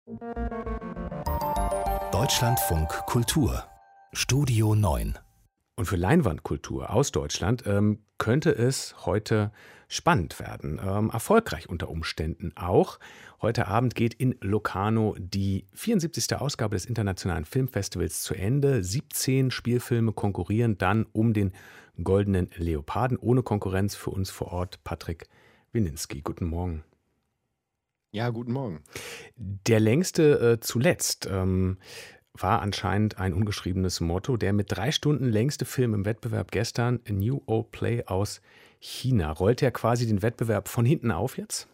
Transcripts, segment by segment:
Deutschlandfunk Kultur Studio 9. Und für Leinwandkultur aus Deutschland könnte es heute spannend werden. Erfolgreich unter Umständen auch. Heute Abend geht in Locarno die 74. Ausgabe des Internationalen Filmfestivals zu Ende. 17 Spielfilme konkurrieren dann um den Goldenen Leoparden. Ohne Konkurrenz für uns vor Ort Patrick Wininski. Guten Morgen. Ja, guten Morgen. Der längste zuletzt war anscheinend ein ungeschriebenes Motto. Der mit 3 Stunden längste Film im Wettbewerb gestern, A New Old Play aus China. Rollt er quasi den Wettbewerb von hinten auf jetzt?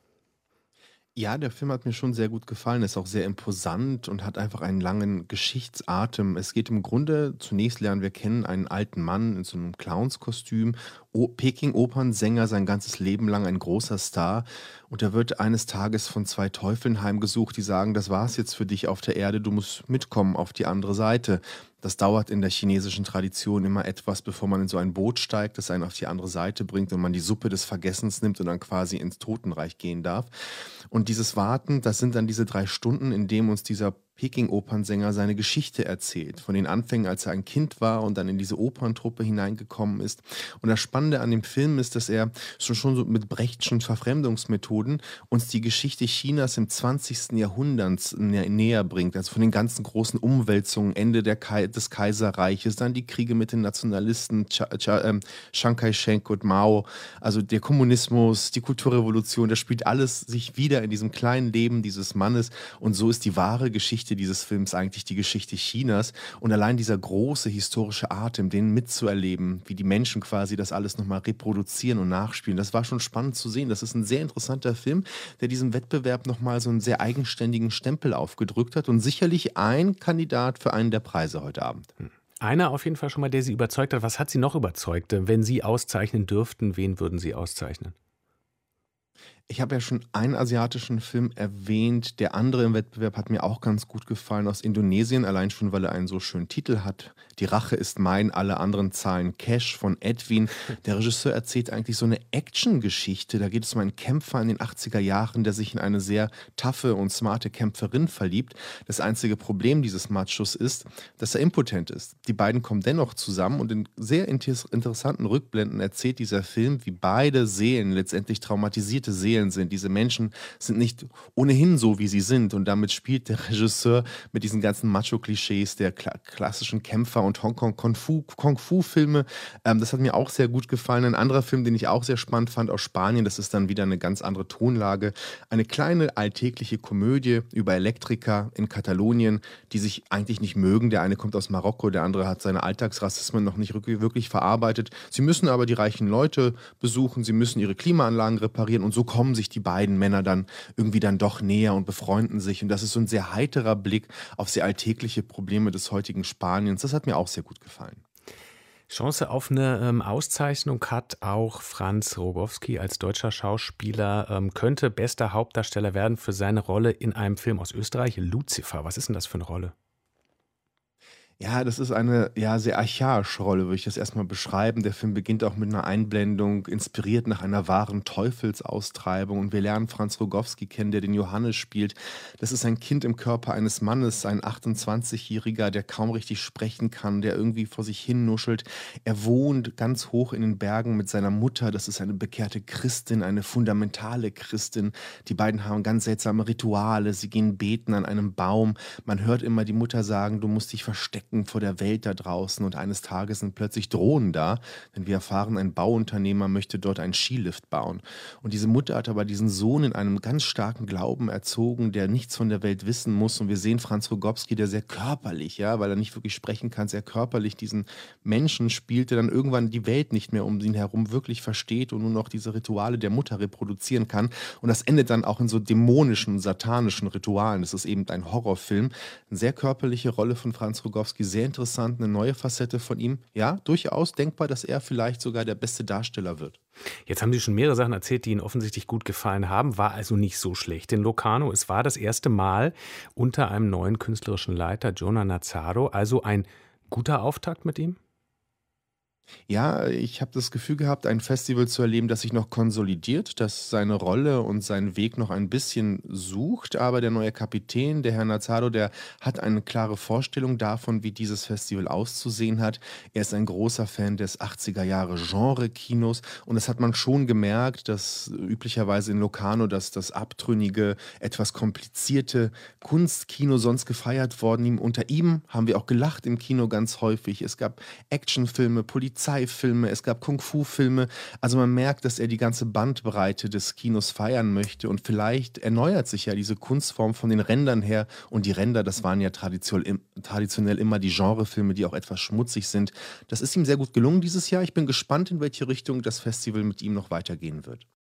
Ja, der Film hat mir schon sehr gut gefallen, ist auch sehr imposant und hat einfach einen langen Geschichtsatem. Es geht im Grunde, zunächst lernen wir kennen einen alten Mann in so einem Clownskostüm, Peking-Opernsänger, sein ganzes Leben lang ein großer Star. Und er wird eines Tages von 2 Teufeln heimgesucht, die sagen, das war's jetzt für dich auf der Erde, du musst mitkommen auf die andere Seite. Das dauert in der chinesischen Tradition immer etwas, bevor man in so ein Boot steigt, das einen auf die andere Seite bringt und man die Suppe des Vergessens nimmt und dann quasi ins Totenreich gehen darf. Und dieses Warten, das sind dann diese 3 Stunden, in dem uns dieser Peking-Opernsänger seine Geschichte erzählt. Von den Anfängen, als er ein Kind war und dann in diese Operntruppe hineingekommen ist. Und das Spannende an dem Film ist, dass er schon so mit Brechtschen Verfremdungsmethoden uns die Geschichte Chinas im 20. Jahrhundert näher bringt. Also von den ganzen großen Umwälzungen, Ende des Kaiserreiches, dann die Kriege mit den Nationalisten, Chiang Kai-shek und Mao, also der Kommunismus, die Kulturrevolution, das spielt alles sich wieder in diesem kleinen Leben dieses Mannes. Und so ist die wahre Geschichte dieses Films eigentlich die Geschichte Chinas. Und allein dieser große historische Atem, den mitzuerleben, wie die Menschen quasi das alles nochmal reproduzieren und nachspielen, das war schon spannend zu sehen. Das ist ein sehr interessanter Film, der diesem Wettbewerb nochmal so einen sehr eigenständigen Stempel aufgedrückt hat und sicherlich ein Kandidat für einen der Preise heute Abend. Einer auf jeden Fall schon mal, der Sie überzeugt hat. Was hat Sie noch überzeugt? Wenn Sie auszeichnen dürften, wen würden Sie auszeichnen? Ich habe ja schon einen asiatischen Film erwähnt. Der andere im Wettbewerb hat mir auch ganz gut gefallen, aus Indonesien, allein schon, weil er einen so schönen Titel hat. Die Rache ist mein, alle anderen zahlen Cash von Edwin. Der Regisseur erzählt eigentlich so eine Action-Geschichte. Da geht es um einen Kämpfer in den 80er Jahren, der sich in eine sehr taffe und smarte Kämpferin verliebt. Das einzige Problem dieses Machos ist, dass er impotent ist. Die beiden kommen dennoch zusammen und in sehr interessanten Rückblenden erzählt dieser Film, wie beide Seelen letztendlich traumatisierte Seelen sind. Diese Menschen sind nicht ohnehin so, wie sie sind. Und damit spielt der Regisseur mit diesen ganzen Macho-Klischees der klassischen Kämpfer- und Hongkong-Kung-Fu-Filme. Das hat mir auch sehr gut gefallen. Ein anderer Film, den ich auch sehr spannend fand aus Spanien, das ist dann wieder eine ganz andere Tonlage. Eine kleine alltägliche Komödie über Elektriker in Katalonien, die sich eigentlich nicht mögen. Der eine kommt aus Marokko, der andere hat seine Alltagsrassismen noch nicht wirklich verarbeitet. Sie müssen aber die reichen Leute besuchen, sie müssen ihre Klimaanlagen reparieren und so kommen sich die beiden Männer dann irgendwie dann doch näher und befreunden sich. Und das ist so ein sehr heiterer Blick auf sehr alltägliche Probleme des heutigen Spaniens. Das hat mir auch sehr gut gefallen. Chance auf eine Auszeichnung hat auch Franz Rogowski als deutscher Schauspieler. Könnte bester Hauptdarsteller werden für seine Rolle in einem Film aus Österreich, Lucifer. Was ist denn das für eine Rolle? Ja, das ist eine sehr archaische Rolle, würde ich das erstmal beschreiben. Der Film beginnt auch mit einer Einblendung, inspiriert nach einer wahren Teufelsaustreibung. Und wir lernen Franz Rogowski kennen, der den Johannes spielt. Das ist ein Kind im Körper eines Mannes, ein 28-Jähriger, der kaum richtig sprechen kann, der irgendwie vor sich hin nuschelt. Er wohnt ganz hoch in den Bergen mit seiner Mutter. Das ist eine bekehrte Christin, eine fundamentale Christin. Die beiden haben ganz seltsame Rituale. Sie gehen beten an einem Baum. Man hört immer die Mutter sagen, du musst dich verstecken vor der Welt da draußen, und eines Tages sind plötzlich Drohnen da, denn wir erfahren, ein Bauunternehmer möchte dort einen Skilift bauen. Und diese Mutter hat aber diesen Sohn in einem ganz starken Glauben erzogen, der nichts von der Welt wissen muss, und wir sehen Franz Rogowski, der sehr körperlich, weil er nicht wirklich sprechen kann, sehr körperlich diesen Menschen spielt, der dann irgendwann die Welt nicht mehr um ihn herum wirklich versteht und nur noch diese Rituale der Mutter reproduzieren kann, und das endet dann auch in so dämonischen, satanischen Ritualen. Das ist eben ein Horrorfilm, eine sehr körperliche Rolle von Franz Rogowski, sehr interessant, eine neue Facette von ihm. Ja, durchaus denkbar, dass er vielleicht sogar der beste Darsteller wird. Jetzt haben Sie schon mehrere Sachen erzählt, die Ihnen offensichtlich gut gefallen haben. War also nicht so schlecht in Locarno. Es war das erste Mal unter einem neuen künstlerischen Leiter, Jonah Nazzaro. Also ein guter Auftakt mit ihm? Ja, ich habe das Gefühl gehabt, ein Festival zu erleben, das sich noch konsolidiert, das seine Rolle und seinen Weg noch ein bisschen sucht. Aber der neue Kapitän, der Herr Nazaro, der hat eine klare Vorstellung davon, wie dieses Festival auszusehen hat. Er ist ein großer Fan des 80er Jahre Genre-Kinos und das hat man schon gemerkt, dass üblicherweise in Locarno das abtrünnige, etwas komplizierte Kunstkino sonst gefeiert worden. Unter ihm haben wir auch gelacht im Kino ganz häufig. Es gab Actionfilme, Polizeifilme, es gab Kung-Fu-Filme. Also man merkt, dass er die ganze Bandbreite des Kinos feiern möchte und vielleicht erneuert sich ja diese Kunstform von den Rändern her und die Ränder, das waren ja traditionell immer die Genrefilme, die auch etwas schmutzig sind. Das ist ihm sehr gut gelungen dieses Jahr. Ich bin gespannt, in welche Richtung das Festival mit ihm noch weitergehen wird.